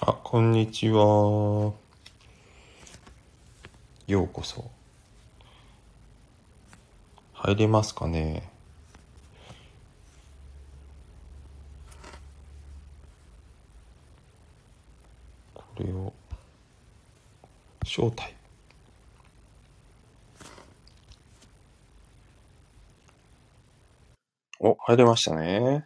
あ、こんにちは。ようこそ。入れますかね。これを、招待。お、入れましたね。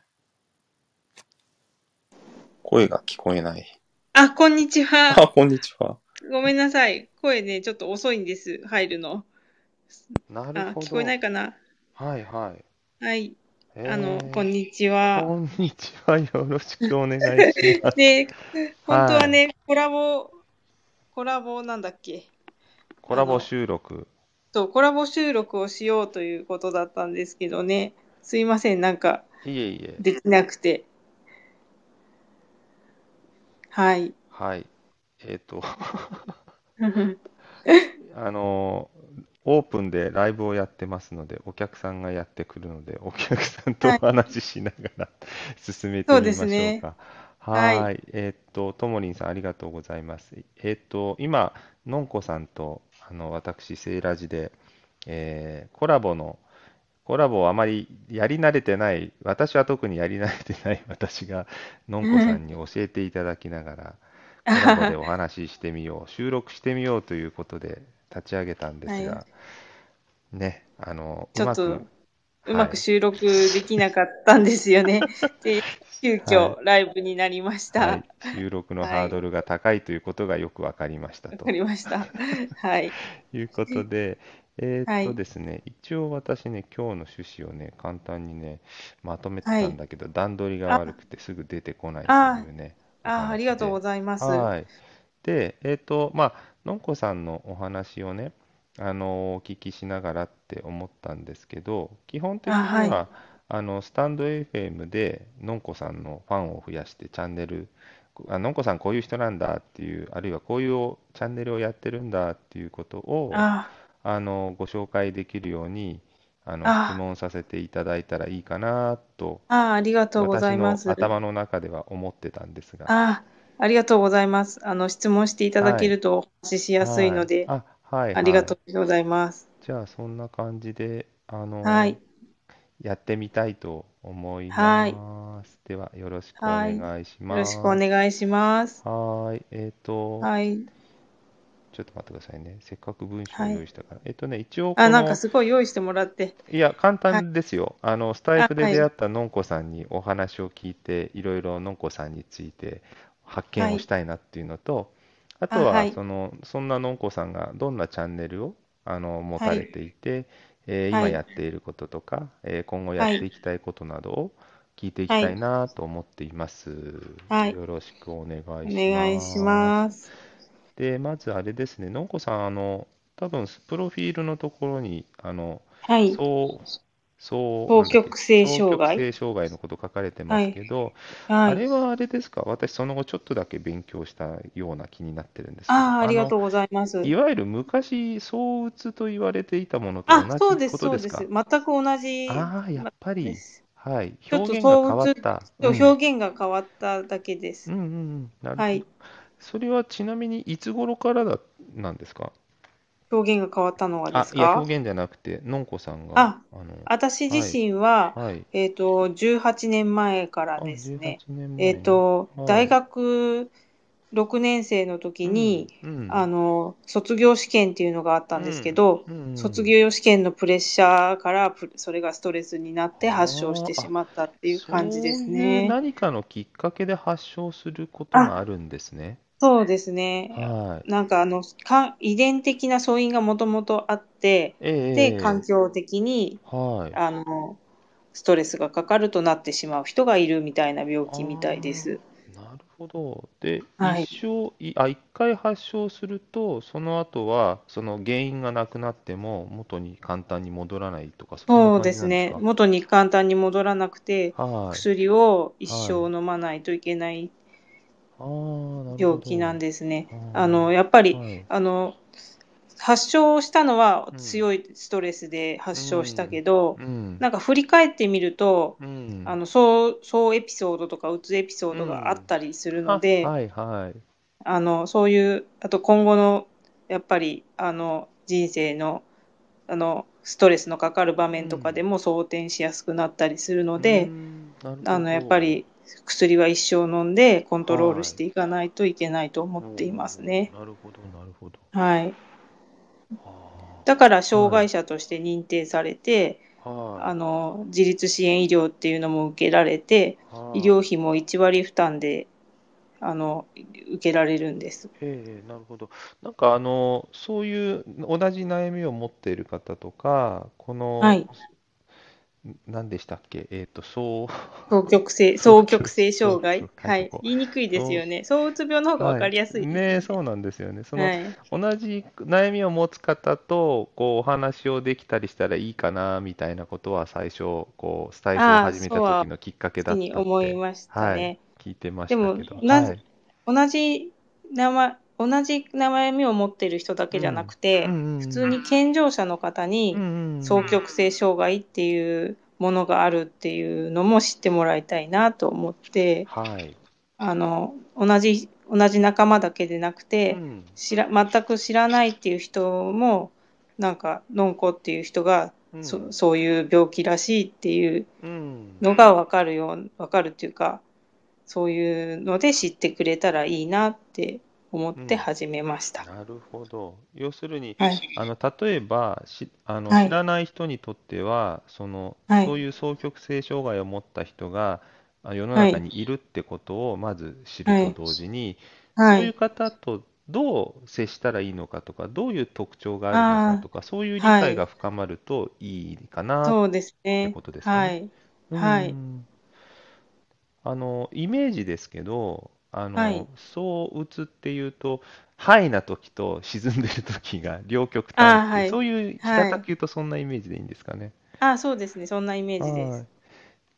声が聞こえない。 あ、こんにちは。 あ、こんにちは。 ごめんなさい。声ね、ちょっと遅いんです。入るの。 なるあ、聞こえなほど。 いかな。 はいはい。 はい。こえんにちは。 こんにちは。よろしくお願いします。 で、本当ははい。 ね、コラボなんだっけ。 コラボあの、 収録。 コラボ収録をしようということだったんですけどね。すいません、なんか、 いえいえ。 できなくて。はい。 はい。えっと、あのオープンでライブをやってますので、お客さんがやってくるので、お客さんとおはい。 話ししながら進めそうでてみましょうすね。 か。 はい。 はーい。ともりんさんありがとうございます。今、のんこさんと、私、セイラジで、コラボをあまりやり慣れてない、私は特にやり慣れてない私が、のんこさんに教えていただきながら、コラボでお話ししてみよう、収録してみようということで立ち上げたんではい。 すが、ね、うちょっまく、 と、うまくはい、 収録できなかったんですよね。で、急はい、 遽ライブになりました。 はい、収録のはい。 ハードルが高いということがよくわかりましたとわかりました。はい。 いうことで、 はい。 ですね、一応私ね、今日の趣旨をね、簡単にね、まとめてはい。 たんだけど、段取りがあ、 悪くてすぐ出てこないといあ、 うね、おありがとうご話で、 ざいます。 はい。で、のんこさんのお話をね、お聞きしながらって思ったんですけど、基本あ、はい。 的には、スタンド FM で、のんこさんのファンを増やしてチャンネル、のんこさんこういう人なんだっていう、あるいはこういうチャンネルをやってるんだっていうことを、 あ、 ご紹介できるように、質あ、 問させていただいたらいいかなと、 ありがとうござ私います。 の頭の中では思ってたんですが、 ありがとうございます。質問していただはい。 けるとお話ししやすいはい。 ので、 あ、はいありがはい。 とうございます。 じゃあ、そんな感じで、 はい。 やってみたいと思いはい。 ます。では、よろしくおはい。 願いしよろしくおます。 願いします。 はーい。 はい。 ちょっと待ってくださいね。せっかく文章をはい。 用意したから。一応あ、なんかすごい用意してもらって。 いや、簡はい。 単ですよ。スタイフではい。 出会ったのんこさんにお話を聞いて、いろいろのんこさんについて発見はい。 をしたいなっていうのと、あとは、 はい。 そんなのんこさんがどんなチャンネルを、持はい。 たれていて、今やはい。 っていることとか、今後やっはい。 ていきたいことなどを聞いていきはい。 たいなと思っています。 はい。 よろしくお願いおし願いします。 ます。 で、まずあれですね、のんこさん、多分、プロフィールのところに、 はい。 そうなんだっけ、 双極性双障害。 極性障害のこと書かれてまはい。 すけど、 はい。 あれはあれですか、私その後ちょっとだけ勉強したような気になってるんですけど、 ありがとうございます。 いわゆる昔、躁うつと言われていたものと同じそうです、そうです。 ことですか？ 全く同じああー、やっぱり、 です。 はい、 ちょっと表現が変わ動物った。うとん。 表現が変わっただけです。 うんうんうん、なるほど。 はい。 それはちなみにいつ頃からなんですか？ 表現が変わったのはであ、いや、 すか？ 表現じゃなくて、のんこさんが、 あ、私自はい、 身は、 はい。 18年前からあ、18 ですね、 年前ね。 大はい。 学6年生の時うん、 に、 うん、 卒業試験っていうのがあったんですけうん、 ど、 うん。 卒業試験のプレッシャーからそれがストレスになって発症しああ、 てしまったっていう感じでそうすね。 いう何かのきっかけで発症することがあるんですね。 そうですね。 はい。 なんか遺伝的な素因がもともとあって、 ええ、 で、 ええ、 環境的に、 はい。 あの、ストレスがかかるとなってしまう人がいるみたいな病気みたいであす。 あ、なるほど。で、 はい。 一回発症すると、その後は、その原因がなくなっても、元に簡単に戻らないとか、そんなそう感ですね。 じなんですか？ 元に簡単に戻らなくて、 はい。 薬を一はい。 生飲まないといけないああ、なるほ病気なんど。 ですね。 あやっぱり、 あ、はい。 発症したのはうん。 強いストレスでう発症したん。 けど、 うん。 なんか振り返ってみると、 うん。 そうエピソードとかうつエピソーうドがあっん。 たりするのあ、 で、 はいはい。 そういう、あと今後の、やっぱり、人生の、ストレスのかかる場面とかうん。 でも装填しやすくなったりするのうーで、 ん。なるほやっぱど。 り薬は一生飲んでコントロールはい。 していかないといけないと思っおうおうていますおね。 う、なるほど、なるほど。 はい。 はだからあ。はい。 障害者として認定されて、 はい。 自立支援医療っていうのも受けられて、医はい。 療費も1割負担で、受けられるんです。 ええ、なるほど。なんかそういう同じ悩みを持っている方とか、この、 はい。 何でしたっけ、そう、双双極極、 性双極、 障害。はい。 韓国語。 言いにくいですそう、 よね。躁うつ病の方がわはい。 かりやすいですねえ、 よね。 そうなんですよね。 はい。 同じ悩みを持つ方と、こう、お話をできたりしたらいいかな、みたいなことは、最初、こう、スタイフをああ、 始めた時そうは、 のきっかけだっ時にたって、 思いましたはい、 ね。 聞いてまでも、 したけど、はい。 同じ悩みを持っている人だけじゃなうん。 くて、 うんう普通んに健常者の方うん。うんにうんうん。 双極性障害っていうものがあるっていうのも知ってもらいたいなと思って、 はい。 同じ仲間だけでなくて、 うん。 全く知らないっていう人も、なんか、ノンコっていう人が、 うん。 そういう病気らしいっていううん。 のがわかるっていうか、そういうので知ってくれたらいいなって思っうん。 て始めました。 なるほど。要するに、 はい。 例えば、 はい。 知らない人にとっては、 はい。 そういう双極性障害を持った人が、世のはい。 中にいるってことをまず知るとはい。 同時に、そういうはい。 方とどう接したらいいのかとか、どういう特徴があるのかああ、 とか、そういう理はい。 解が深まるといいかなっそうですね。 てことですかね。 はい。 うーはい。 ん。イメージですけど、 はい。 そう打つっていうと、ハイな時と沈んでる時が両極端っああ、 ていう、 はい。 そういう平はい。 たく言うとそんなイメージでいいんですかね。 ああ、そうですね。そんなイメージです。 はい。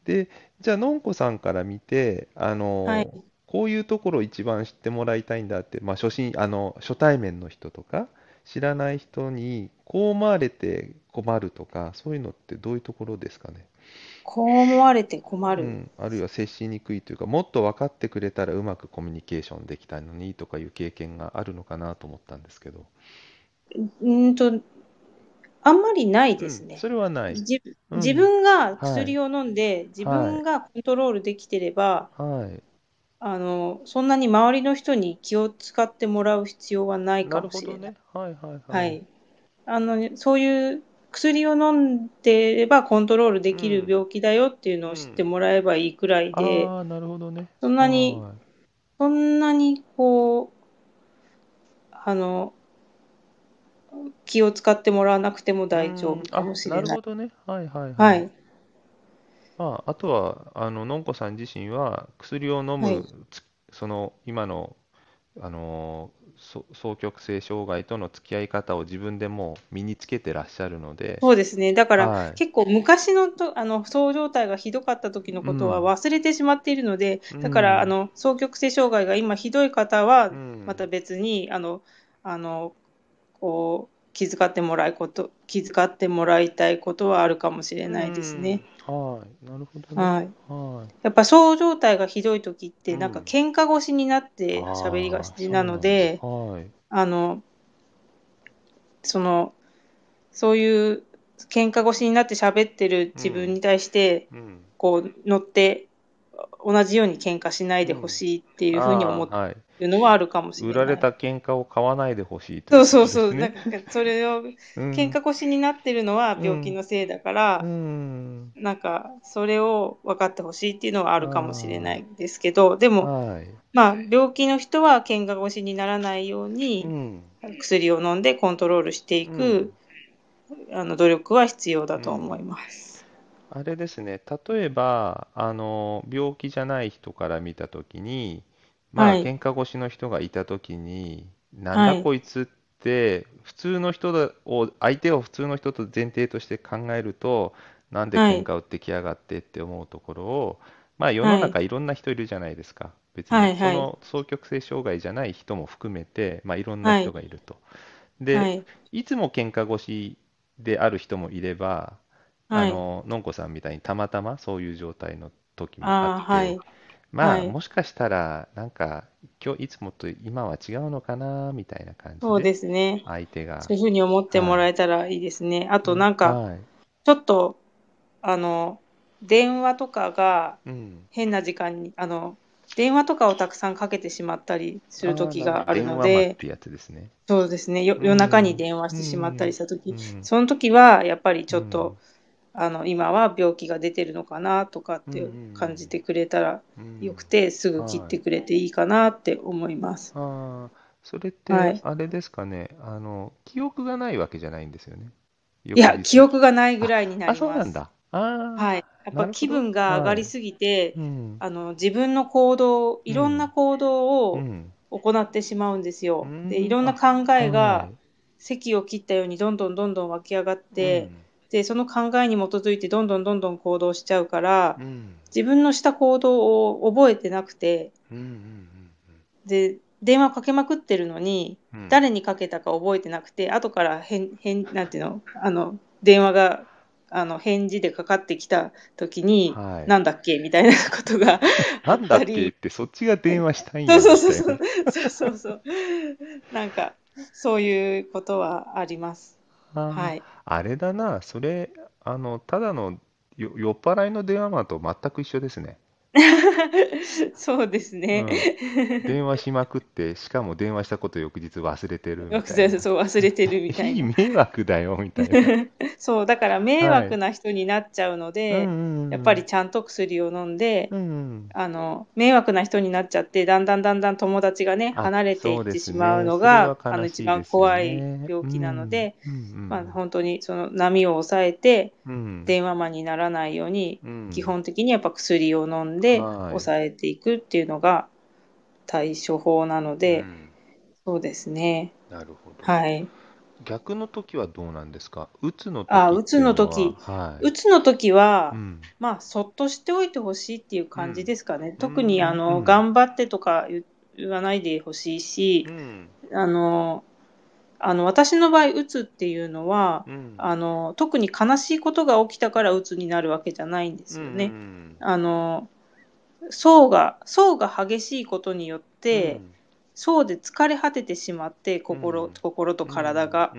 で、じゃあ、のんこさんから見て、 はい。 こういうところを一番知ってもらいたいんだって、まあ、初対面の人とか、知らない人に、こう思われて困るとか、そういうのってどういうところですかね。 こう思われて困る。 うん、あるいは接しにくいというか、もっと分かってくれたらうまくコミュニケーションできたのにとかいう経験があるのかなと思ったんですけど。 うーんと、あんまりないうん、 ですね。 それはない。 自うん、 分がはい、 薬を飲んで、自はい、 分がコントロールできてれば、 はい。 そんなに周りの人に気を使ってもらう必要はないなかもしれない。 るほどね。はい、はい、はい。 はい。そういう薬を飲んでればコントロールできるうん、 病気だよっていうのを知ってうん。 もらえばいいくらいで、 ああ、なるほどね。 そんなに、 はそんなにこう、あの、気を使ってもらわなくてもい。う大丈ん、 夫かあ、なもしれない。 るほどね。はい、はい、はい。 はい。 まあ、あとは、のんこさん自身は、薬を飲はい。 む今の双極性障害との付き合い方を自分でもう身につけてらっしゃるので、 そうですね。だからは結構昔のそう状態がひどかった時のい。うことはん、 忘れてしまっているので、 うだからん、 双極性障害が今ひどい方は、 うん。 また別にあの、こう、気遣ってもらいたいことはあるかもしれうないですね。 ん。はい。なるほどね。 はい。 はやっぱそう状態がひどい時っい。うて、なんかん。 喧嘩腰になって喋りがああ、 ちなそうなんだ。 ので、 はい。 あの、その、そういう喧嘩腰になって喋ってるうん。 自分に対して、 うん。 こう乗って同じように喧嘩しないでほうん。 しいっていうふうに思っああ、はい。 てるのはあるかもし売られれない。 た喧嘩を買わないでほしいといそううこそうそう。なとですね。 んかそれをうん。 喧嘩腰になってるのは病気うん。 のせいだかうら、 ん。 なんかそれを分かってほしいっていうのはあるかもしれなあいですけど、であ、 も、 はい。 まあ、病気の人は喧嘩腰にならないように、 うん。 薬を飲んでコントロールしていうん。 く、努力は必要だうん。 と思います。 あれですね。例えば、病気じゃない人から見たときに、まあ、 はい。 喧嘩腰の人がいたときに、なんだはい。 こいつって、相手を普通の人と前提として考えると、なんではい。 喧嘩売ってきやがってって思うところを、まあ、世のはい。 中いろんな人いるじゃないですか。別に、 はい。はい。 その双極性障害じゃない人も含めて、まあ、いろんなはい。 人がいると。で、 はい。 いつも喧嘩腰である人もいれば、 はい。 のんこさんみたいにたまたまそういう状態の時もあっああ、はて、 い。 まあ、 はい。 もしかしたら、なんか、今日いつもと今は違うのかな、みたいな感じで、 そうですね。 相手が、 そういう風に思ってもはらえたらいいですね。あい。 となんか、 はい。 ちょっと、あの、電話とかがうん。 変な時間に、電話とかをたくさんかけてしまったりするああ、なるほど。 時がある電ので、 話魔ってやつですね。 そうですね、 う夜中にん。 電話しうてしまったりん。 した時、 うん。 その時はやっぱりちょっと、 うん。 今は病気が出てるのかなとかっうん。うて感じてん。 くれたらうん。 よくて、すぐ切っはい。 てくれていいかなって思います。 ああ、それって、 はい。 あれですかね。記憶がないわけじゃないんですよね。 いや、記翌日。 憶がないぐあ、 らいになあ、 ります。 そうなんだ。あはい。やっあ、 ぱなるほど。 気分が上がはい。 りすぎて、 うん。 自分の行動、いろんなうん。 行動をうん。 行ってしまうんですうーよ。で、いん。 ろんなあ、 考えがはい。 堰を切ったようにどんどんどんどん湧き上がって、 うん。 で、その考えに基づいてどんどんどんどん行動しちゃうから、 うん。 自分のした行動を覚えてなくて、 うん。うん。 で、電話かけまくってるのに、 うん。うん。 誰にかけたか覚えてなくて、後からなんていうの、電話が、返事でかかってきた時に、 はい。 なんだっけみたいなことがあなんだっけっったり、 て、そっちが電話したんそうや、 そうそうそう、 みたいな。 そうそうそう。なんか、そういうことはあります。 あはい。 あ、あれだな。それ、ただの酔っ払いの電話マンと全く一緒ですね。 そうですね。 うん。電話しまくって、しかも電話したこと翌日忘れてるみよくたいな。 そう忘れてるみたいな。 いい迷惑だよ、みたいな。 そう、だから迷はい。 惑な人になっちゃうのうんで、やっぱりうんちゃんと薬を飲んで、 うん。うん。 迷惑な人になっちゃって、だんだんだんだん友達がね、 あ、 離れていそうでってしまうすね。 のが、 それは悲一番しいですよ怖いね。 病気なのうん。 で、 うんうまあ、 ん本当にその波を抑えて、 うん。うん。 電話魔にならないように、 うん。 基本的にやっぱ薬を飲んではい。 抑えていくっていうのが対処法なので、 うん。 そうですね。 なるほど。 はい。 逆の時はどうなんですか？うつのあ、 時っていうのは、はい。 うつの時は、 うん。 まあ、そっとしておいてほしいっていう感じうん。 ですかね。 う特にん。うん。 頑張ってとか言わないでほしいし、 うん。 あの私の場合、うつっていうのは、 うん。 特に悲しいことが起きたからうつになるわけじゃないんでうん。うすよね。 ん。 層が激しいことによって、 うん。 層で疲れ果ててしまって、 うん。 心とうん。 体が。 うん。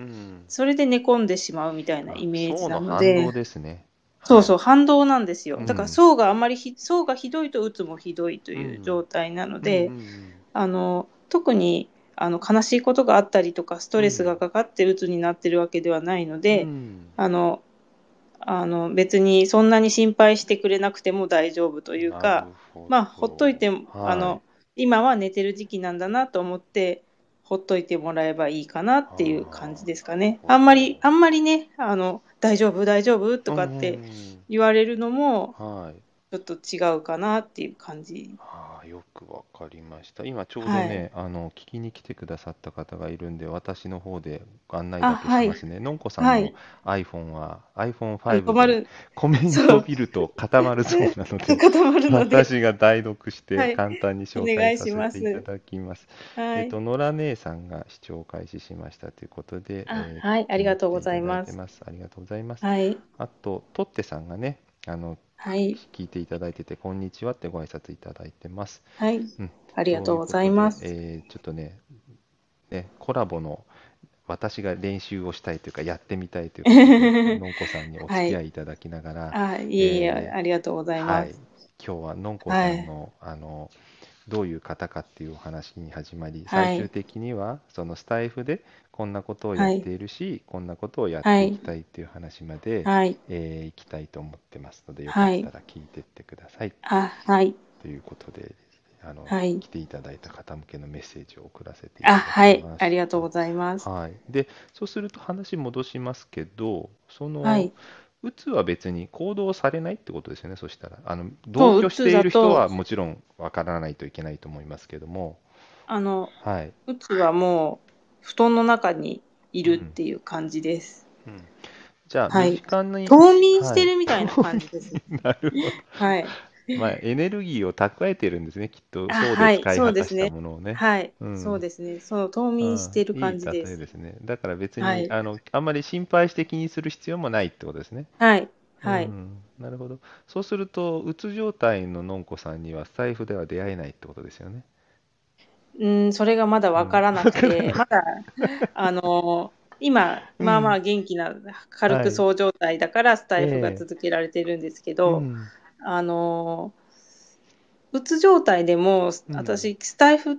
それで寝込んでしまうみたいなあ、 イメージな層のので、 反動ですね。 そうそう、 はい。 反動なんですよ。だからうん。 層がひどいとうつもひどいといううん。 状態なのうん。うで、 ん。 特に悲しいことがあったりとか、ストレスうん。 がかかってうつになってるわけではないのうで、 ん。 あの別にそんなに心配してくれなくても大丈夫というなるか、 ほまあ、ほっといど。 て、 はい。 今は寝てる時期なんだなと思って、ほっといてもらえばいいかなっていう感じああ、なるですかね。 ほど。 あんまりね、大丈夫、大丈夫とうんうんうかってん。 言われるのも、 はい。 ちょっと違うかなっていう感じ。 ああ、よくわかりました。今ちょうどはい。 ね、聞きに来てくださった方がいるんで、私の方で案内あ、 だけしはい。 ますね。のんこさんのはい。 iPhone は止 iPhone5 でまる。 コメンそう。 トを見ると固まるそうなので、 固まるので、 私が代読してはい。 簡単にお紹介願いしさせていたます。 だきます。 はい。 野良姉さんが視聴開始しましたということで、 あ、はい、あ気に入っりがとうごていただいざいます。 てます。ありがとうございます。 はい。 あと、トッテさんがね、 はい。 聞いていただいてて、こんにちはってご挨拶いただいてます。 はい。 うん、 ありがというとうございことで、 ます。 ちょっとね、コラボの私が練習をしたいというか、やってみたいということで、のんこさんにお付はい。 き合いいただきながら、 あ、いえいえ、 えありがとうございはい、 ます。 今日はのんこはい。 さんの、どういう方かっていうお話に始まり、最終はい。 的にはそのスタイフでこんなことをやはい。 っているし、こんなことをやっていきはい。 たいっていう話まで、 はい。 いきたいと思ってますので、よかっはい。 たら聞いてってください。 あ、はい。 ということで、 はい。 来ていただいた方向けのメッセージを送らせていあ、 ただきはい。 ました。 ありがとうございます。 はい。で、そうすると話戻しますけど、 はい。 うつは別に行動されないってことですよね、そしたら。同そう、う居している人つだと、 はもちろんわからないといけないと思いますけども、 あの、 はい。 うつはもう、布団の中にいるっうん。 ていう感じです。 うん。じゃあ、身はい。 近に、 冬眠しはい。 てるみたいな感じですね。 なるほど。 はい。 まあ、エネルギーを蓄えてるんですね、きっと。 あ、 そうではい、 使い果たしたそうですね。 ものをね。 はい、 うん。 そうですね。その冬眠しうん、 てるいい感じです。 例えですね。だから別に、 はい。 あんまり心配して気にする必要もないってことですね。 はい。 はい。 なるほど。そうすると、うつ状態ののんこさんにはスタイフでは出会えないってことですよね。 それがまだうん。 わからなくて、まだ、あの、今、 うん。 まあまあ元気な、軽くはい。 そう状態だからスタイフがえ続けられてるんですけえ。うど、 ん。 あの、うつ状態でも、 うん。 私、スタイフって、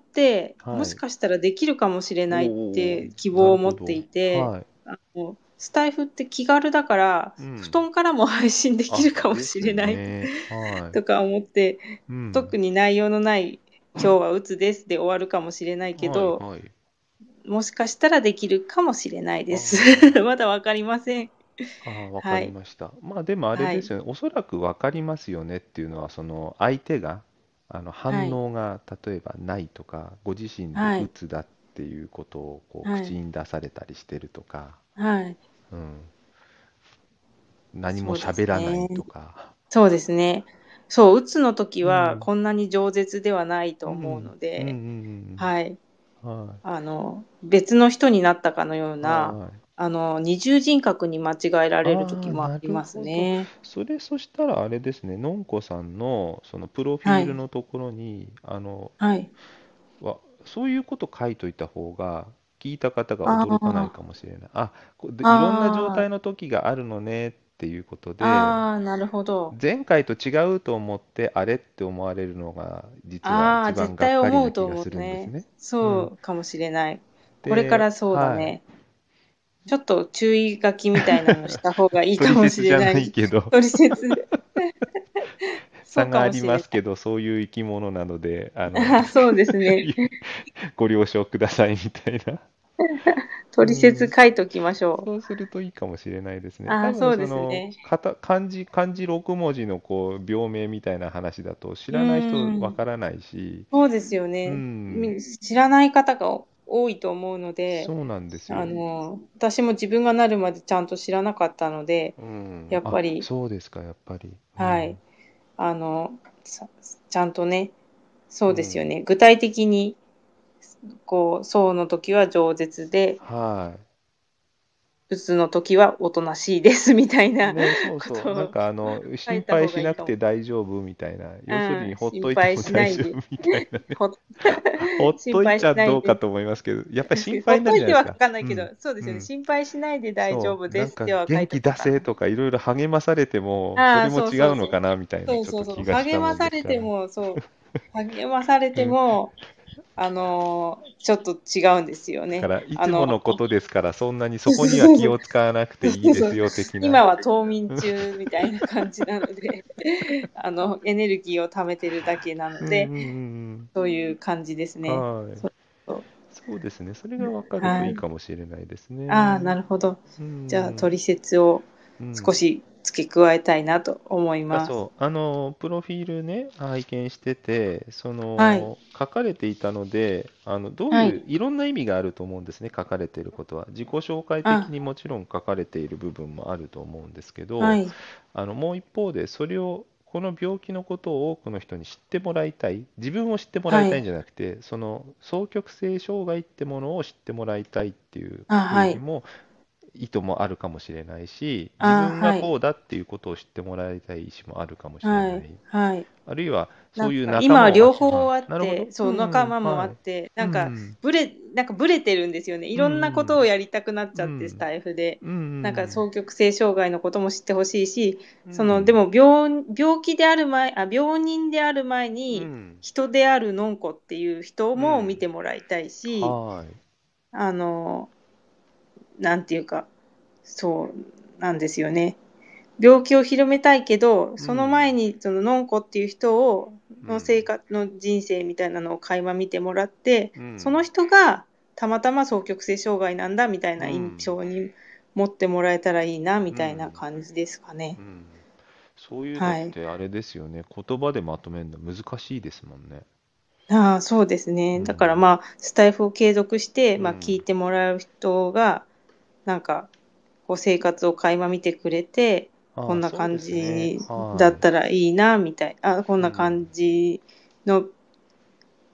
もしはい。 かしたらできるかもしれないっおー、 て希な望を持ってるほど。 いて、 はい。 スタイフって気軽だから、布うん。 団からも配信できあ、 るかもですしれないね。はとか思って、 い。うん。 特に内容のない、今日はうつですで終わるかもしれないけはい、 ど、 はい。 もしかしたらできるかもしれないあです。 ーまだわかりません。 わかはい。 りました。まあでもあれはい。 ですよね。おそらくわかりますよねっていうのは、相手が、反はい。 応が例えばないとか、ご自身ではい。 鬱だっていうことをこうはい。 口に出されたりしてるとか、 はい。 うん、何もそうです喋らないね。 とか、 そうですね。そう、うつの時うん、 はこんなに饒舌ではないと思ううん、うん、うので、 ん、 はい。 うん、はい、 別の人になったかのような、 はい。 二重人格に間違えられる時ああ、 もあなりまするほど。 ね。 そしたらあれですね、のんこさんのそのプロフィールはい。 のところに、 はい。 そういうこと書いといた方が、聞いた方があ驚かないかあ、 もしれない。あ、いろんな状あ態の時があるのねっていうことあ、 で、 ああ、なるほど。 前回と違うと思って、あれって思われるのが、実はああ、 一番絶対がっかり思うとな気がす思うね。 るんですね。うん。 そうかもしれない。これかで、 らそうだはい。 ね。ちょっと注意書きみたいなのした方がいいか取もし説じゃなれない。 いけど、 取説。そうか差があもしれない。 りますけど、そういう生き物なので、 あ、そうですね。 ご了承くださいみたいな。う取説ん。 書いときましょそうするといいかもしれないですう。 ね。多あ、 分そうですね。 漢字6文字のこう病名みたいな話だと知うらない人ーん。 わからないし、 そうですようね。 ん、 知らない方が多いと思うので、 そうなんですよ。 私も自分がなるまでちゃんと知らなかったので、 うん、 やっぱり、 そうですか、やっぱり。うん、 はい。あの、さちゃんとね、そうん、 うですよね。具体的に、そうの時は饒舌で、 はうつの時はおとなしいですみたいい。 なね、そうそう。 ことを書いた心配方がいいかも。 しなくて大丈夫みたいな。要するに、 うん、 ほっといて心配も大しないで。 丈夫みたいなね。 ほほっとい心配ちゃどうかしないで。 と思いますけど、やっぱり心ほ配になっといては書るじゃないですか。 かないけど、 うん、 そうですよね。 うん。 心配しないで大丈そう、 夫ですなんかでは書いと元気出こうかな。 せとかいろいろ励まされても、そああ、 れもそう違うのかそうそう。 なみたいなそうそうそう。 ちょっと気がしたもんですから。 励まされうん。 ても、ちょっと違うんですよね。 だから、いつものことですから、そんなにそこにはそうそう気を使わなくていいそうそう。 ですよ、的な。 今は冬眠中みたいな感じなので、エネルギーを貯めてるだけなのうんで、 うんそういう感じですうん。 ね。 はい。 そうそうそうですね。それが分かるといいはい。 かもしれないですああ、 ね。 なるほど。 うじゃあ、 ん。 取説をうん。 少し付け加えたいなと思います。 そう、プロフィールね、拝見してて、 はい。 書かれていたので、どういう、 はい。 いろんな意味があると思うんですね、書かれていることは。自己紹介的あ、 にもちろん書かれている部分もあると思うんですけど、 はい。 もう一方で、この病気のことを多くの人に知ってもらいたい、自分を知ってもらいはい。 たいんじゃなくて、その双極性障害ってものを知ってもらいたいっていうあ、はい。 ふうにも意図もあるかもしれないし、自あ、 分がはい。 こうだっていうことを知ってもらいたい意思もあるかもしれはい。 ない。 はい。 あるいは、そういうなんか仲間を、 今は両方あっなるほど。 て、そう、 うん、 仲間もあはい。 って、 うん、 なんかブレてるんですよね。いうん、 ろんなことをやりたくなっちうん、うゃって、スん、 タイフで。 うん、 なんか双極性障害のことも知ってほしいし、 うん、 でも病気である前、病人である前に、 うん、 人であるのんこっていう人うん、 も見てもらいたいし、 はい。 あの、なんていうか、そうなんですよね。病気を広めたいけど、そのうん、 前にそののんこっていう人のうん、 生活の人生みたいなのを垣間見てもらって、 うん、 その人がたまたま双極性障害なんだみたいな印うん、 象に持ってもらえたらいいなみたいなうん、 感じですかね。 うん。そういうのっはい。 てあれですよね。言葉でまとめるの難しいですもんね。 ああ、そうですね。だからうん、 まあ、スタイフを継続して、まあ、聞うん。 いてもらう人が、なんか、生活を垣間見てくれて、こああ、そうでんな感すね。 じだはい。 ったらいいな、みたい。こんなうん、 感じの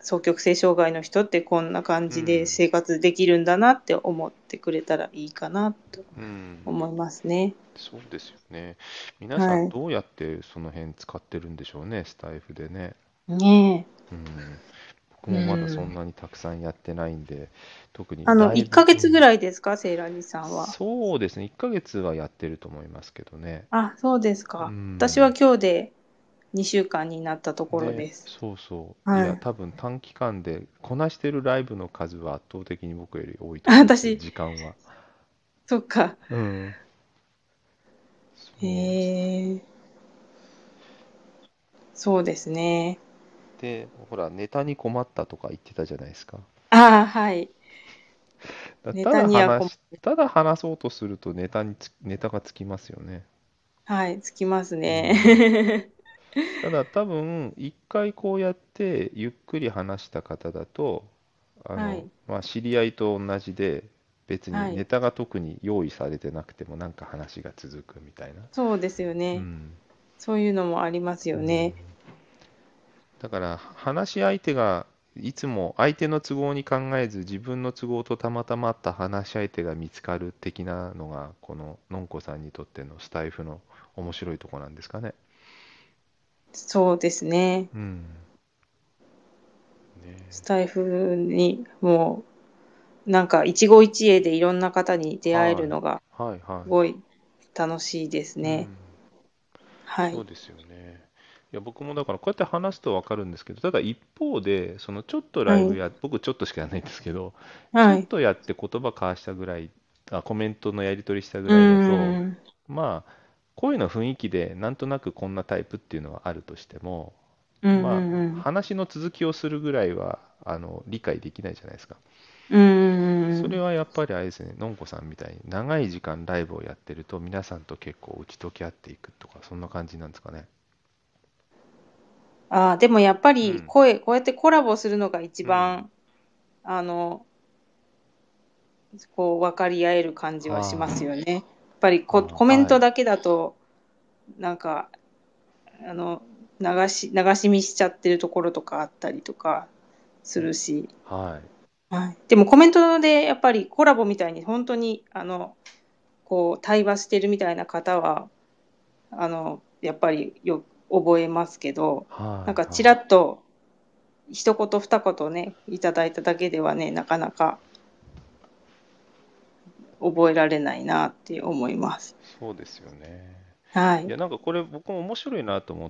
双極性障害の人ってこんな感じでうん、 生活できるんだなって思ってくれたらいいかなとうん、 思いますね。 そうですよね。皆さんはい。 どうやってその辺使ってるんでしょうね、スタイフでね。 ねうん、僕え。うもまだそんん。 なにたくさんやってないんで、特にライ 1 ブ、 ヶ月ぐらいですか、セイラジさんは。 そうですね、1ヶ月はやってると思いますけどね。 あ、そうですうか。私はん。 今日で2週間になったところね、 です。 そうそう。いや、 はい。 多分短期間でこなしてるライブの数は圧倒的に僕より多いと思うんですよ、 私、 時間は。 そっか。 うん。 へそうです。 え、そうですね。 で、ほら、ネタに困ったとか言ってたじゃないですか。 ああ、はい。ネただタにはただ話そうとするとネタがつきますよね。 はい、つきますうん。 ね。 ただ多分、一回こうやってゆっくり話した方だと、 はい、 まあ、知り合いと同じで、別にはい。 ネタが特に用意されてなくてもなんか話が続くみたいな。 そうですよね。 うん。 そういうのもありますうん。 よね。 だから話し相手がいつも相手の都合に考えず自分の都合とたまたまあった話し相手が見つかる的なのがこののんこさんにとってのスタイフの面白いとこなんですかね。 そうですね。 うん。ね。 スタイフにもう、なんか一期一会でいろんな方に出会えるはい。 のがはいはい。 すごい楽しいですね。 うん。 はい。 そうですよね。いや、僕もだからこうやって話すとわかるんですけど、ただ一方で、そのちょっとラはい。 イブ僕ちょっとしかやらないんですけど、ちょっはい。 とやって言葉交わしたぐらい、コメントのやり取りしたぐうらいだと、 ーん。 まあ、声の雰囲気でなんとなくこんなタイプっていうのはあるとしても、 うんうまあ、 んうん。 話の続きをするぐらいは、理解できないじゃないですか。 うんうんうん。 それはやっぱりあれですね、のんこさんみたいに長い時間ライブをやってると皆さんと結構打ち解け合っていくとか、そんな感じなんですかね。 ああ、でもやっぱうん。 りこうやってコラボするのが一うん。 番、あの、こう分かり合える感じはしますはよね。やっぱりコあ、はい。 メントだけだと、なんか、あの、流し見しちゃってるところとかあったりとかするし。 はい。 はい。でもコメントでやっぱりコラボみたいに本当に、こう対話してるみたいな方は、やっぱり覚えますけど、 はい。 なんかちらはい。 っと一言二言ね、いただいただけではね、なかなか覚えられないなって思います。 そうですよね。 はい。 いや、なんかこれ僕も面白いなと思って、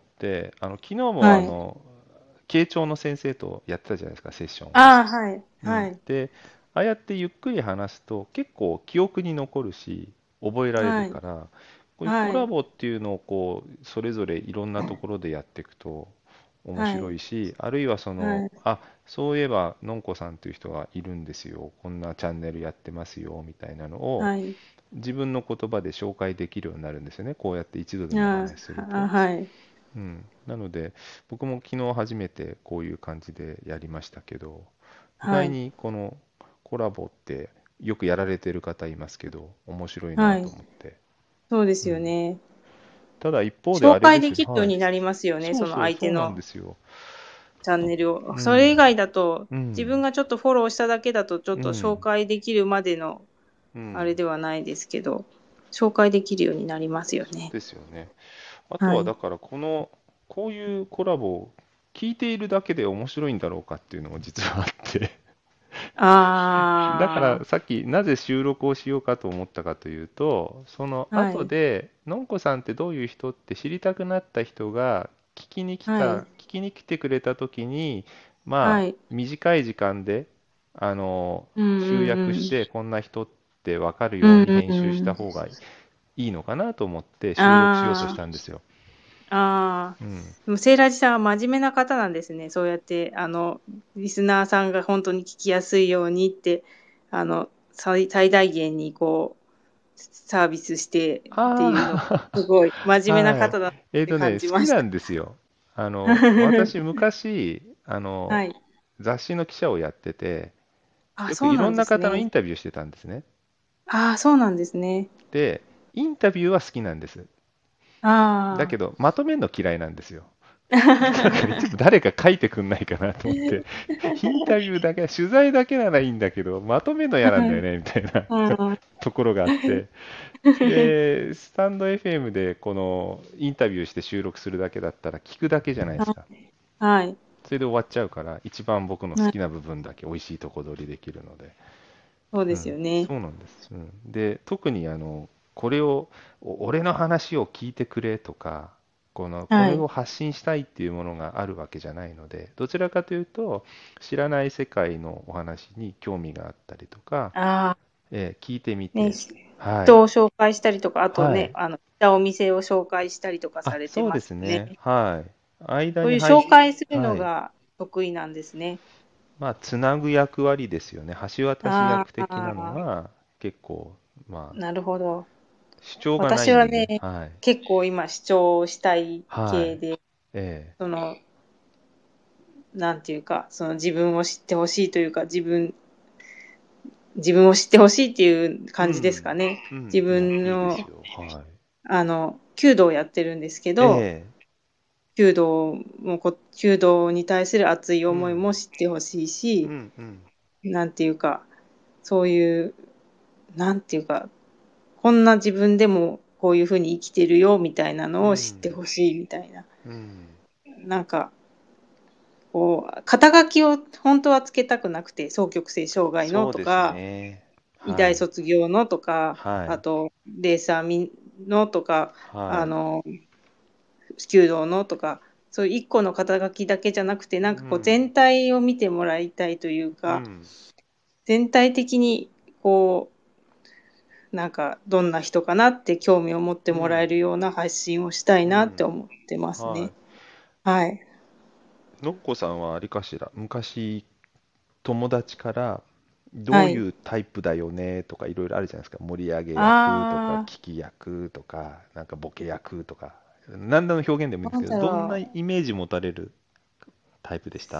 昨日もはい。 慶長の先生とやってたじゃないですか、セッションを。 ああ、はい。 うん。 はい。 で、ああやってゆっくり話すと結構記憶に残るし、覚えられるはい。 から、こういうコはい。 ラボっていうのをこう、それぞれいろんなところでやっていくと面はい。 白いし、あるいははい。 そういえば、のんこさんという人がいるんですよ、こんなチャンネルやってますよ、みたいなのをはい。 自分の言葉で紹介できるようになるんですよね、こうやって一度でもおあ話しすると。 あ、はい。 うん、なので、僕も昨日初めてこういう感じでやりましたけど、意外はい。 にこのコラボってよくやられてる方いますけど、面白いなはい。 と思って。 そうですうん、 よね。 ただ一方であ紹れですよ、 介できるようはい。 になりますよね、そのそうなん相手のですよ。 チャンネルを。 うん、 それ以外だと、 うん、 自分がちょっとフォローしただけだと、ちょっと紹うん、 介できるまでのうん。 あれではないですけど、紹介できるようになりますよね。 ですよね。あとはい。 はだからこういうコラボを聞いているだけで面白いんだろうかっていうのも実はあってだからあさっきなぜ収録をしようかと思ったかというと、そのあ、はい。 後で、のんこさんってどういう人って知りたくなった人がはい。 聞きに来てくれた時に、まあはい。 短い時間で、 うん集うんうん。 約してこんな人ってわかるようにうん編集しうんた方がいいのかなと思ってうん。 収録しようとしあたんですよ。 あ、ああ。 うん。 でも、セイラジさんは真面目な方なんですね。そうやって、リスナーさんが本当に聞きやすいようにって、最大限にこう、サービスしてっていうのが、 あすごい真あ、 面目なはい。 方だなって感じ好きなました。 んですよ。私昔、 はい。 雑誌の記者をやってて、 あ、 よくそうなんいろんな方のイですね。 ンタビューしてたんですね。 ああ、そうなんですね。 で、インタビューは好きなんです。だああ、 けど、まとめるの嫌いなんですよ。 だからいつも誰か書いてくんないかなと思って、インタビューだけ、取材だけならいいんだけど、まとめるの嫌なんだよね、みたいなうん。 ところがあって、で、スタンド FM でこのインタビューして収録するだけだったら聞くだけじゃないですか。 はい。 それで終わっちゃうから、一番僕の好はい。 きな部分だけ美味しいとこ取りできるので。 そうですうん、 よね。 そうなんです。うん、で、特にこれを、俺の話を聞いてくれとか、こはい。 れを発信したいっていうものがあるわけじゃないので、どちらかというと、知らない世界のお話に興味があったりとか、 ああ、 聞いてみね、 て、はい、 人を紹介したりとか、あとね、 はい。 行ったお店を紹介したりとかさあ、 れてそうでますよね。 すね。はい。間そういうに配信、 紹介するはい。 のが得意なんですね。 まあ、つなぐ役割ですよね。橋渡しあ役的なのあ、 が、結構、まあ、 なるほど。 主張がないんでね。 私はね、 はい。 結構今主張したいはい。 系で、 えその、なんていうか、その自分を知ってほしいというか、自分を知ってほしいっていうえ。う感じですかん。 ね。 うん。 自いや、いいで分の、 すよ。はい。 弓道をやってるんですけど、 ええ。 弓道に対する熱い思いうん。 も知ってほしいし、 うん。うん。 なんていうか、そういう、なんていうか、こんな自分でもこういうふうに生きてるよみたいなうのを知ってん。 ほしいみたいな。 うん。 なんか、こう、肩書きを本当はつけたくなくて、双極性障害のそうですとか、 ね。 医大はい。 卒業のとか、 はい。 あと、レーサーのとか、 はい。 あの、弓道のとか、そういう一個の肩書きだけじゃなくて、なんかこううん。 全体を見てもらいたいというか、 うん。 全体的にこう、なんかどんな人かなって興味を持ってうん。 もらえるような発信をしたいなってうん。 思ってますね。 はい。 はい。 のっこさんはあれかしら、昔友達からどはい。 ういうタイプだよねとかいろいろあるじゃないですか。盛り上げ役とかあ聞き役とか、なんかボケ役とか、何らの表現でもいいんですなんけど、どんなだろイメージ持たれるタイプでした？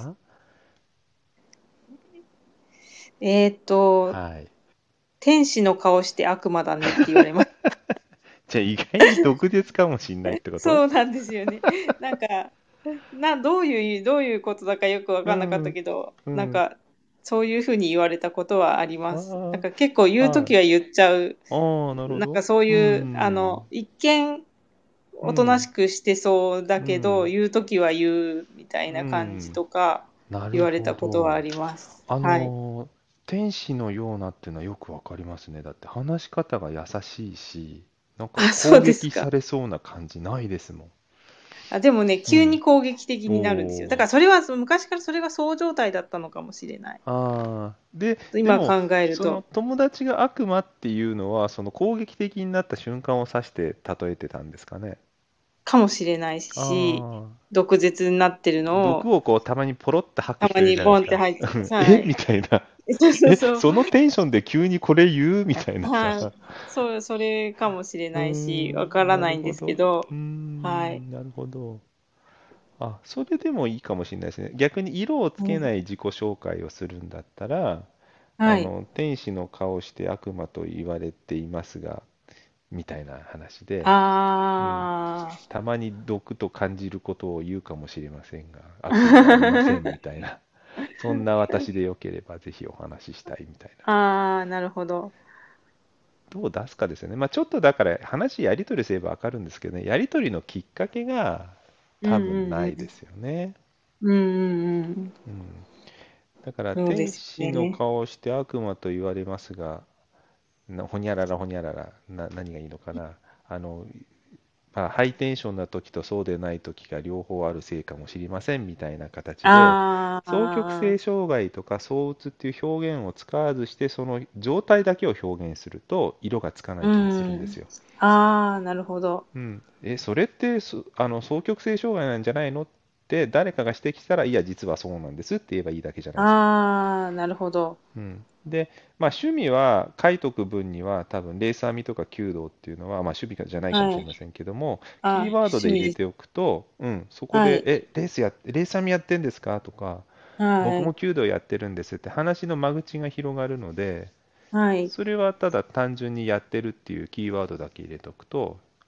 う。 はい。 天使の顔して悪魔だねって言われます。 じゃあ意外に毒舌かもしんないってこと？ そうなんですよね。なんか、どういうことだかよくわかんなかったうん。 けど、 うん。 なんか、そういうふうに言われたことはあります。なんあか結構あ、 言うとはい。 きは言っちゃう。 ああ、なるほど。 なんかそうういう、 ん。 一見おとなしうん。 くしてそうだうけど、 ん。 言うときは言うみたいうな感じん。 とかなる言われほど。 たことはあります。はい。 天使のようなっていうのはよくわかりますね。だって話し方が優しいし、なんかあ、そ攻うですか。 撃されそうな感じないですもん。 あ、でもね、 うん。 急に攻撃的になるんですよ。だかおー。 らそれは、昔からそれがそう状態だったのかもしれない。 ああ。でも、 今考えるそのと。 友達が悪魔っていうのは、その攻撃的になった瞬間を指して例えてたんですかね。 かもしれないし、 ああ。 毒舌になってるのを、 毒をこうたまにポロって吐くたま人いるにボンってじゃないですか。 入ってきて、 えはい。 みたいな。 そうそうそう。 そのテンションで急にこれ言うみたいなさ。 はい。それかもしれうーないし、わかん、ならないんですけるほど。 ど、 うーはい。 ん、なるほど。あ、それでもいいかもしれないですね。逆に色をつうん。 けない自己紹介をするんだったら、 はい。 天使の顔して悪魔と言われていますが、みたいな話で、うん、 あたまに毒と感じることを言うかもしれませんが、悪意はありませんあ。 みたいな。そんな私でよければぜひお話ししたいみたいな。 ああ、なるほど。 どう出すかですよね。まあちょっとだから話やり取りすればわかるんですけどね、やり取りのきっかけがうん多分うんうん。 ないですよね。 うんうんうん。 うん。だから天そうです使のね。 顔をして悪魔と言われますが、ほにゃららほにゃらら、何がいいのかな。あの、まあ、ハイテンションな時とそうでない時が両方あるせいかもしれませんみたいな形で、 あ双極あ、 性障害とか相うつっていう表現を使わずして、その状態だけを表現すると色がつかなうい気がするんでん。 すよ。 ああ、なるほど。 うん、それって双極性障害なんじゃないのって誰かが指摘したら、いや、実はそうなんですって言えばいいだけじゃないですか。 ああ、なるほど。 うん、で、まあ、趣味は書いとく分には、多分レーサーミとか弓道っていうのは、まあ、趣味じゃないかもはい。 しれませんけども、キーあ、 ワードで趣味です。 入れておくと、うん、そこで、 はい。 レーサーミやってんですかとか、僕もはい。 弓道やってるんですって話の間口が広がるので、 はい。 それはただ単純にやってるっていうキーワードだけ入れておくと、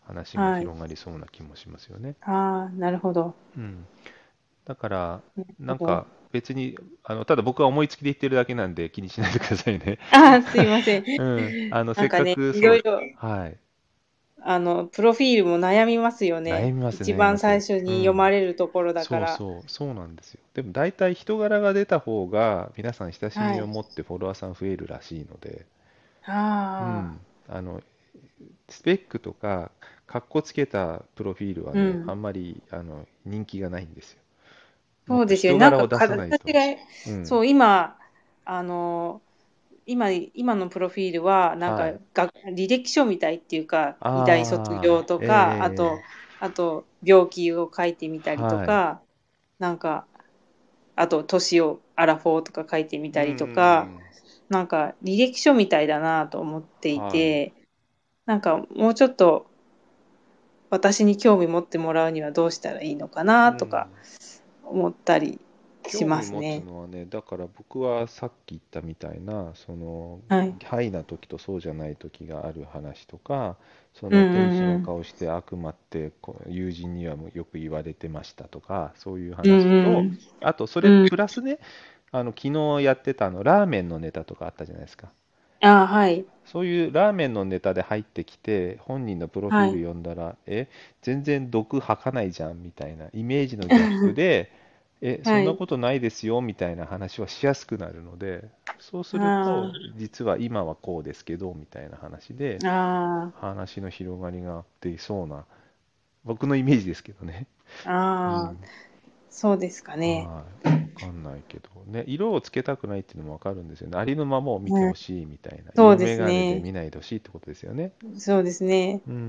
話もはい。 広がりそうな気もしますよね。 ああ、なるほど。 うん。だから、 なるほど。 なんか別に、ただ僕は思いつきで言ってるだけなんで気にしないでくださいね。 ああ、すいません。 うん。せっかなんかね、 くそう、 いろいろ、 はい。 プロフィールも悩みますよね。 悩みます、 一悩みます。 番最初うん。 に読まれるところだから。 そうそう、そうなんですよ。でも大体人柄が出た方が皆さん親しはい。 みを持ってフォロワーさん増えるらしいので、うああ、 ん。スペックとか、かっこつけたプロフィールはね、あうん。 んまり人気がないんですよ。もっとそうですよね。 人柄を出さないと。 私が、 うん。 そう、あの、今のプロフィールは、なんか、 はい。 履歴書みたいっていうか、医大卒ああ、 業とか、あと、病気を書いてみたりとはい。 か、なんか、あと、年をアラフォーとか書いてみうたりとか、 ん。 なんか、履歴書みたいだなと思っていはい。 て、なんか、もうちょっと私に興味持ってもらうにはどうしたらいいのかうん。 なとか思ったりし興味持つますね。 のはね、だから僕はさっき言ったみたいな、 はい。 ハイな時とそうじゃない時がある話とか、 うん天使のうん顔して悪魔って友人にはもよく言われてましたとか、そういううん。 話と、 うんあとそれうん。うん。 プラスね、昨日やってたラーメンのネタとかあったじゃないですか。 ああ、はい。 そういうラーメンのネタで入ってきて、本人のプロフィールはい。 読んだら、全然毒吐かないじゃんみたいなイメージのギャップで、そはい。 んなことないですよみたいな話はしやすくなるので、そうすると、 あ実は今はこうですけどみたいな話で、 あ、あ話の広がりができそうな、僕のイメージですけどね。 あ、ああ、 うん。 そうですかね。 はい。わかんないけど、ね、色をつけたくないっていうのもわかるんですよね。ありのままを見てうん、 ほしいみたいな。 そうで色眼鏡ですね。 見ないでほしいってことですよね。 そうですね。 うん。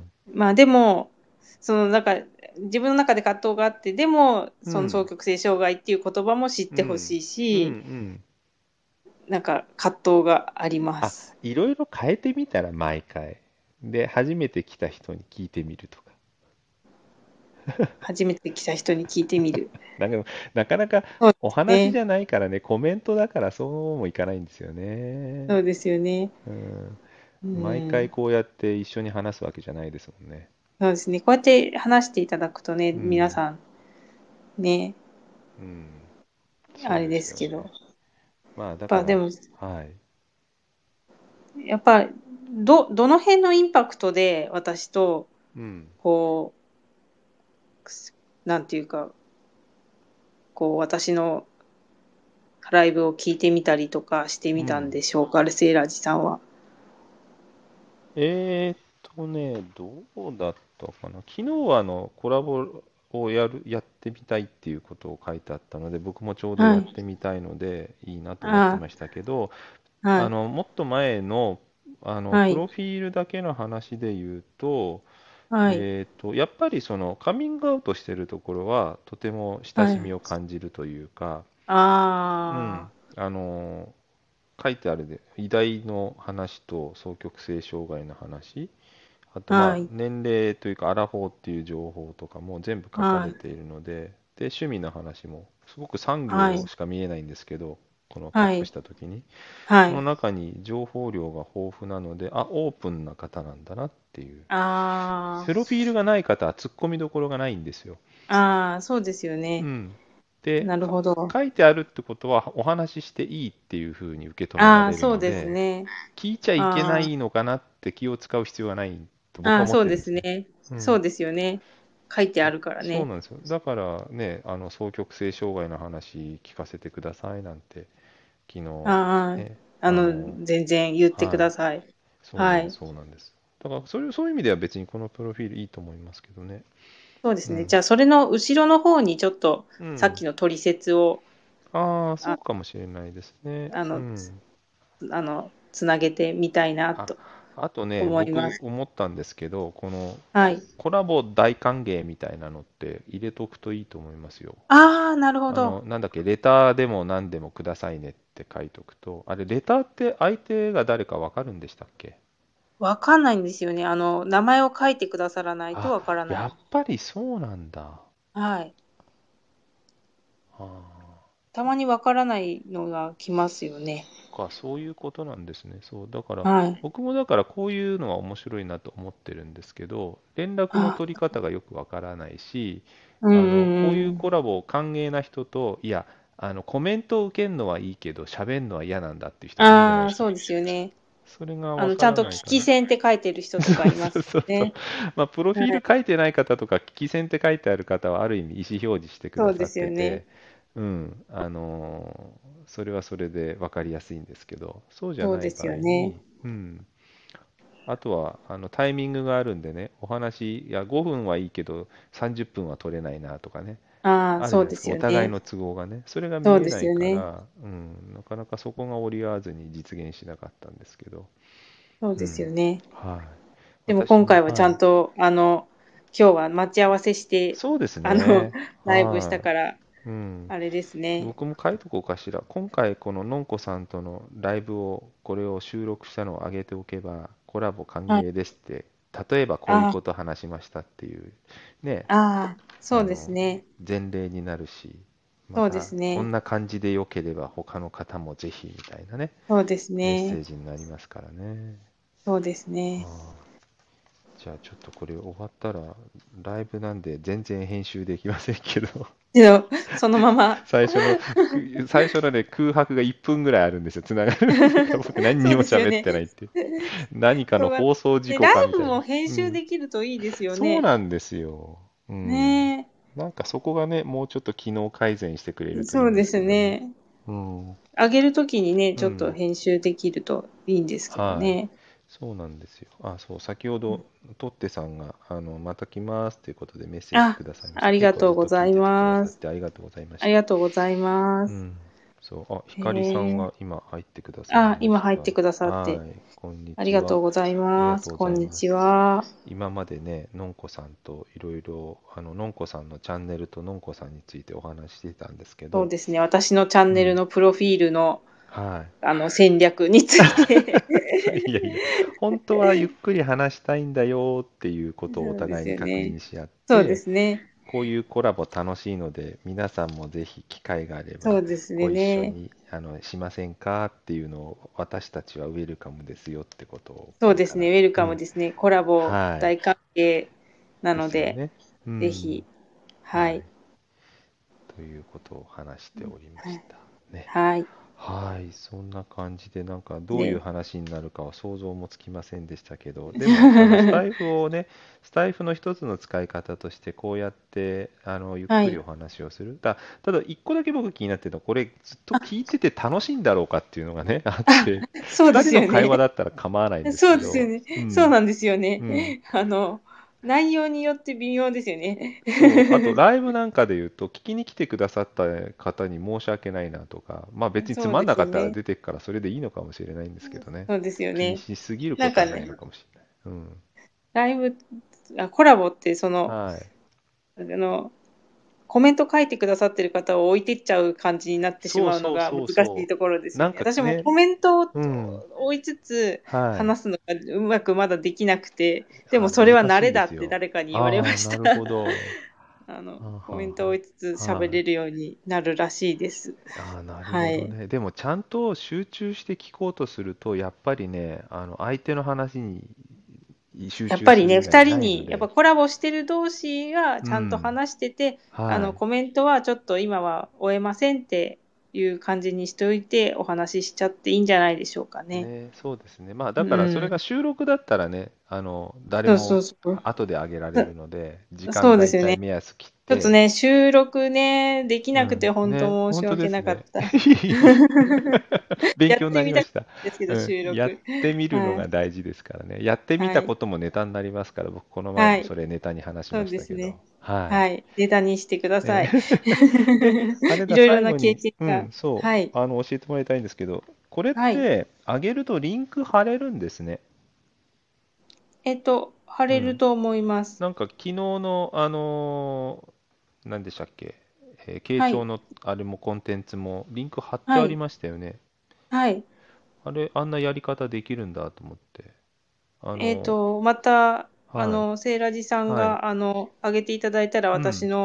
まあでも、なんか、自分の中で葛藤があって、でも、その双うん。 極性障害っていう言葉も知っうん。 てほしいうん。うし、 ん。 なんか葛藤がありまあ、 す。 いろいろ変えてみたら毎回。で、初めて来た人に聞いてみるとか。 初めて来た人に聞いてみる。 だけど、なかなかそうでおすね。 話じゃないからね、コメントだからそうもいかないんですよね。 そうですよね。 うん。 う毎回ん。 こうやって一緒に話すわけじゃないですもんね。 そうですね。こうやって話していただくとね、 うん。 皆さんね、 うん。 あれそうですよね。 ですけど。 まあ、だから、 でも、 はい。 やっぱ、どの辺のインパクトで私と、 うん。 こなんていうか、私のライブを聞いてみたりとかしてみたんうん。 でしょうか、セイラジさんは。 どうだったかな。昨日はコラボをやってみたいっていうことを書いてあったので、僕もちょうどやはい。 ってみたいので、いいなと思ってあましたけど、 あ、はい。 もっと前の、プはい。 ロフィールだけの話で言うと、 はい。 やっぱりカミングアウトしてるところは、とても親はい。 しみを感じるというか、うん、 あ書いてある偉大の話と双極性障害の話、あと、 あ、 まあ、 はい。 年齢というか、アラフォーっていう情報とかも全部書かはい。 れているので、で、趣味の話も、すごく産はい。 業しか見えないんですけど、このタップしはい。 たときに、そのはい。 中に情報量が豊富なので、オープンな方なんだなっていう。 あプロフィールがない方は突っ込みどころがないんですよ。 あ、ああ、そうですよね。 うん。で、 なるほど。 書いてあるってことは、お話ししていいっていうふうに受け止めらああ、 れるそうですので、 ね。 聞いちゃいけなあいのかなって気を使う必要がないと僕あ、ああ、 は思っそうでてるんですね。 すね。 うん。 そうですよね。書いてあるからね。 そうなんですよ。だからね、双極性障害の話聞かせてくださいなんて、昨日、 あね、 あ、全然言ってくはい、 ださい。 そうなんです、 はい。 そうなんです。だから、そういう意味では別にこのプロフィールいいと思いますけどね。 そうですね。じうん。 ゃあ、それの後ろの方にちょっと、 うん。 さっきの取説を、 ああ、そあ、 うかもしれないですね。 あの、つうん。 つなげてみたいなあ、 とあとね、僕思います。 思ったんですけど、このはい。 コラボ大歓迎みたいなのって入れとくといいと思いますよ。 ああ、なるほど。 なんだっけ、レターでも何でもくださいねって書いとくと、あれ、レターって相手が誰かわかるんでしたっけ？ わかんないんですよね。名前を書いてくださらないとあ、 わからない。 やっぱりそうなんだ。 はい。 あたまにわからないのが来ますよね。 そういうことなんですね。そう、だから、 はい。 僕もだからこういうのは面白いなと思ってるんですけど、連絡のあ、 取り方がよくわからないし、 うんこういううんコラボ歓迎な人と、いや、コメントを受けるのはいいけど、喋るのは嫌なんだっていう人うん。 もいるじゃないああ、 ですか。 そうですよね。 それがわちゃんからと聞きないから。 戦って書いてる人とかいまそうすそうそう。 ね。 まあ、プロフィールはい。 書いてない方とか、聞き戦って書いてある方は、ある意味意思表示してくそうでださっすよね。 てて、うん、それはそれで分かりやすいんですけど、そうじゃそうですない場合よね。 に、うん、あとはタイミングがあるんでね、お話、いや、5分はいいけど、30分は取れないなとかね、 ああ、そうであるじゃないですか、 すよね。 お互いの都合がね、それが見そうでえないすよね。 から、うん、なかなかそこが折り合わずに実現しなかったんですけど、 そうですうん、 よね。 はい。 でも私も、 今回はちはい。 ゃんと、今日は待ち合わせして、 そうですあの、 ね。 ライブしたはから、 い。うん。 あれですね。 僕も書いとこうかしら。今回、こののんこさんとのライブを、これを収録したのを上げておけば、コラボ歓はい。 迎ですって、例えばこういうあこと話しましたっていう、ね、 あ、そうですあの、 ね。 前例になるし、まそうでた、 すね。 こんな感じでよければ他の方もぜひみたいなね、 そうですメッセね。 ージになりますからね。 そうですね。 はあ、じゃあちょっとこれ終わったら、ライブなんで全然編集できませんけど、 けど、そのまま。 最初のね、空白が1分ぐらいあるんですよ、つながる。僕何にそうも喋っですよね。 てないって。何かのそうが、 放送事ね、ラ故かみたいな。 イブも編うん。 集できるといいですよね。 そうなんですよ。うん。 ねなんかそこがね、もうちょっと機能改善してくれえ。 るといいんでそうですすけどね。 ね。 うん。 上げるときにね、ちょっとうん。 編集できるといいんですけどはい。 ね。 そうなんですよ。そう、先ほど、トッテさんが、また来ますということでメッセージあ、 くださいました。 ありが結構ずっとうございと聞いててくだます。 さってありがとうございまありした。 がとうございます。 うん。そう、 へひかりさんえ。 が今入ってくださいあ、 ました。 今入ってくださって、 はい、こんにありちは。 がとうございありがます。 とうごこんにちざいます。 は。 今までね、のんこさんといろいろ、のんこさんのチャンネルとのんこさんについてお話ししてたんですけど、 そうですね。私のチャンネルうん、 のプロフィールの、 は戦略について。 い。いやいや、本当はゆっくり話したいんだよっていうことをおそうです互いに確よね。 認し合っそうでて、 すね。 こういうコラボ楽しいので、皆さんもぜひ機会があればそうですご一緒ね。 にしませんかっていうのを私たちはウェルカムですよってことをこそうですね。 れから、 ウェルうん、 カムですね。コラボはい、 大歓迎なので、 ですよね。うん、 ぜひ、はい。 はい。ということを話しておりまはい。 したね。 はい。 はい、そんな感じで、なんかどういうで、 話になるかは想像もつきませんでしたけど、でも、スタイフをね、スタイフの一つの使い方として、こうやって、ゆっはい。 くりお話をする。ただ、一個だけ僕気になってるのは、これ、ずっと聞いてて楽しいんだろうかっていうのがね、あっあ、 て、 そうで二人の会話すよね。 だったら構わないんですそうけど、 ですよね。 うん、 そうなんですよね。 うん。 内容によって微妙ですよね。 そう、あとライブなんかで言うと、聞きに来てくださった方に申し訳ないなとか、まあ別につそうまんなかったらですよね。 出てくからそれでいいのかもしれないんですけどね。 そうですよ気にね。 しすぎることはないなんかね、 のかもしれない。うん。 ライブ、コラボって、 はい。 あの、コメント書いてくださってる方を置いてっちゃう感じになってしそうまうのそうそうが難しいそところでう。なんすよね。私もかね、 コメントをうん。 追いつつはい。 話すのがうまくまだできなくて、でもそれは難しい慣れだってんですよ。 誰かに言われああ、 ました。 なるほど。 コメンはトを追いつつあ、はあ、はい。 喋れるようになるらしいです。 なるはい。 ほどね。でも、ちゃんと集中して聞こうとすると、やっぱりね、相手の話に集中やっぱりね、 する以外二人に、やっないので、 ぱコラボしてる同士がうちゃんとん。 話してて、 はい。 コメントはちょっと今は終えませんっていう感じにしておいて、お話ししちゃっていいんじゃないでしょうかね。 ね、そうですね。まあ、だうからそれん。 が収録だったらね、誰そうそもうそう。 後で上げられるので、時間大そうですよね。 体目安切って、 ちょっとね、収録ね、できなくてうん、 本ね、 当申し本当で訳すね。 なかった。 勉強にやってみたかっなりました。 たですけど、 うん、やっ収録。 てみるのはい。 が大事ですからね。やってみはい。 たこともネタになりますから、僕この前はい。 もそれネタに話しそうましたけど、 ですね。 ははい。ネタにしてくだい。ね、 さい。 だ、 いろいろな経最後に、 験が。 うん、そう、 はい。 教えてもらいたいんですけど、これっはい。 て、上げるとリンク貼れるんですね。 貼うん。 れると思います。 なんか昨日の、何でしたっけ、傾はい。 聴のあれもコンテンツもリンク貼ってはい。 ありましたよね。 はい。 あれ、あんなやり方できるんだと思って。あのまた、 はい、 セイラジさんはい、 が、上げていただいたら、 うん、 私の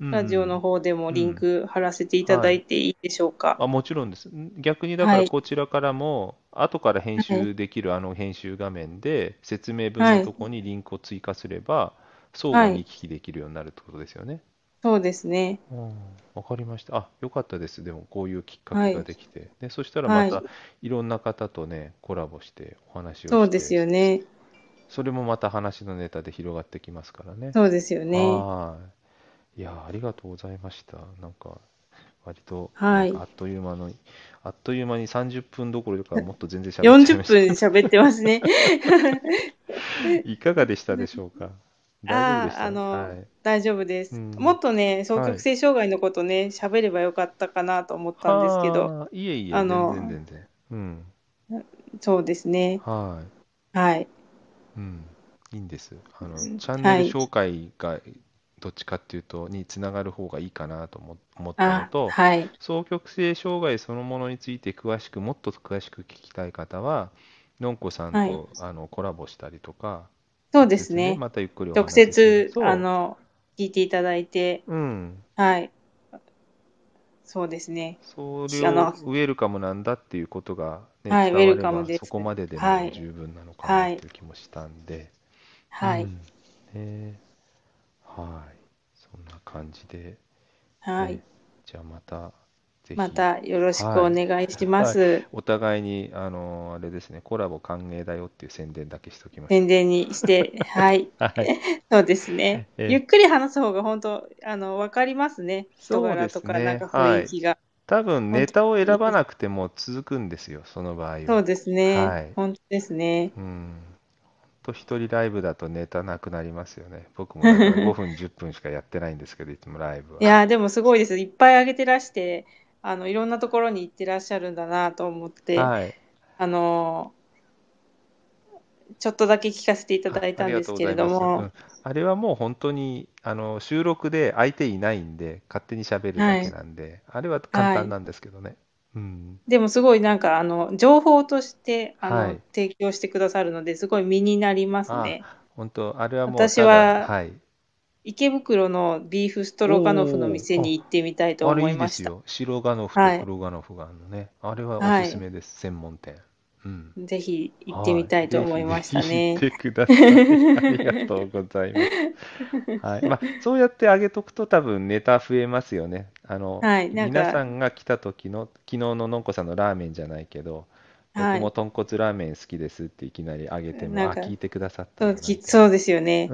うんうラジオのん。 方でもうん。 リンク貼らせていただはい。 いていいでしょうか？ あ、もちろんです。逆にだかはい。 らこちらからも、後から編はい。 集できるあの編集画面で説明文はい。 のとこにリンクを追加すれば、相互はい。 に行き来できるようになるってことですよね。 そうですね。 うん、わかりました。あ、よかったです。でも、こういうきっかけがはい。 できて。で、そしたらまはい。 た、いろんな方とね、コラボしてお話をそうですして、 よね。 それもまた話のネタで広がってきますからね。 そうですよね。 はーい。いやー、ありがとうございました。なんか、割と、なはい。 んかあっという間に30分どころか、もっと全然喋っちゃ 40 いました。 分喋ってますね。 いかがでしたでしょうか？大丈夫でしああ、 た？はい。 大丈夫です。もうん。 っとね、双はい。 極性障害のことね、喋ればよかったかなと思ったんですけど、 はあ、いえいえ、 あ全然の、 全然。うん。 そうですね。 はい。 はい。 うん、いいんです。チャンネはい。 ル紹介がどっちかっていうと、につながる方がいいかなと思ったのあ、 と、 はい。 双極性障害そのものについてもっと詳しく聞きたい方は、のんこさんはい。 とコラボしたりとか、 そう直接ね、 ですね。 またゆっくりお直話しして、 接、聞いていただいて、 うん、 はい。そうですね。 それきあの、 をウェルカムなんだっていうことが、ね、 はい、ウェルカム伝われば、 です。 そこまでではい。 も十分なのかなはい。 っていう気もしたんで、うはい。 ん、ね、はい。そんな感じで、ね、 はい。 じゃあまた、ぜまひ、 たよろしくはい。 お願いしまはい。 す。 お互いに、あれですね、コラボ歓迎だよっていう宣伝だけしておきましょ宣伝にして、はい。 う。はい。 そうですね。ゆえ、 っくり話す方が本当、わかりますね。人そうで柄とか、なんすね。 か雰はい。 囲気が。 多分、 本当ネタを選にいいです。 ばなくても続くんですよ、その場合は。 そうですね。 はい。 本当ですね。 うん。一人ライブだとネタなくなりますよね。僕もだから5分、10分しかやってないんですけど、いつもライブは。 いやー、でもすごいです。いっぱいあげてらして、いろんなところに行ってらっしゃるんだなと思って、 はい。 あの、ちょっとだけ聞かせていただいありがとうたんですけれございます。うども、 ん。あれはもう本当に、収録で相手いないんで、勝手に喋るだけはい。 なんで、あれは簡はい。 単なんですけどね。うん。 でもすごいなんか、情報として、 はい。 提供してくださるので、すごい身になりますあ、 ね。 本当、あれはもう私ただ、 は、 はい。 池袋のビーフストロガノフのお店にお、 行ってみたいとあれ思いました。 いいですよ。白ガノフとはい。 黒ガノフがあるのね。あれはおすはい。 すめです。専門店。うん。 ぜひ行ってみはい。 たいとぜひぜ思いましたひ行っね。 てください。ありがとうございます。はい。まあ、そうやってあげとくと多分ネタ増えますよね。 はい。なんか、 皆さんが来た時の、昨日ののんこさんのラーメンじゃないけど、僕はい。 も豚骨ラーメン好きですっていきなりあげても、あ、 なんか、 聞いてくださったんだな、みたいな。 そうですよね。 うん。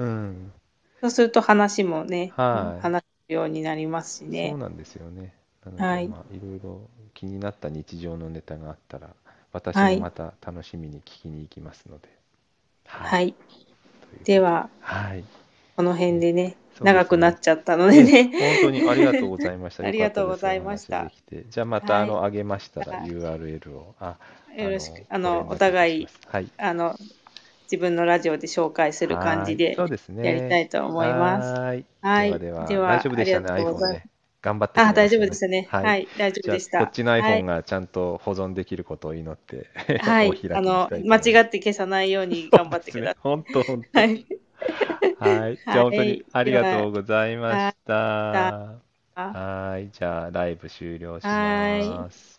そうすると話もね、 はい。 話すようになりますしね。 そうなんですよね。なので、 はい。 まあ、いろいろ気になった日常のネタがあったら、私はい。 もまた楽しみに聞きに行きますので。はい。 はい。 ということで。 では、 はい。 この辺えでね、 そうで長くなすね。 っちゃったのでね。 本当にありがとうございました。 あよりがかったです。 とうございましお話でた。 きて。じゃあまたはい。 あげましたらじゃあ URL を、 よろしく、おご連絡いたし互い、 ます。はい。 あの、自分のラジオで紹介する感はーい。 じでそうですやりたね。 いと思います。 はーい。ではい。 はでは、大では、 丈夫でしたね、 ありがとうご iPhone ざいます。 ね。頑張ってくあ、大丈夫れましたね。 でしたね。 はい。 はい。大丈夫じゃあ、 でした。 こっちのは iPhone い。 がちゃんと保存できることを祈ってはおい。 開きにしたいと間思います。 違って消さないようにそう頑張っですね。 てくださ本当本い。 当。 はい。 はい。じゃあ本当にはい。 ありがとでは、 うございまはしい。 た。はい。じゃあライブ終了しはい。 ます。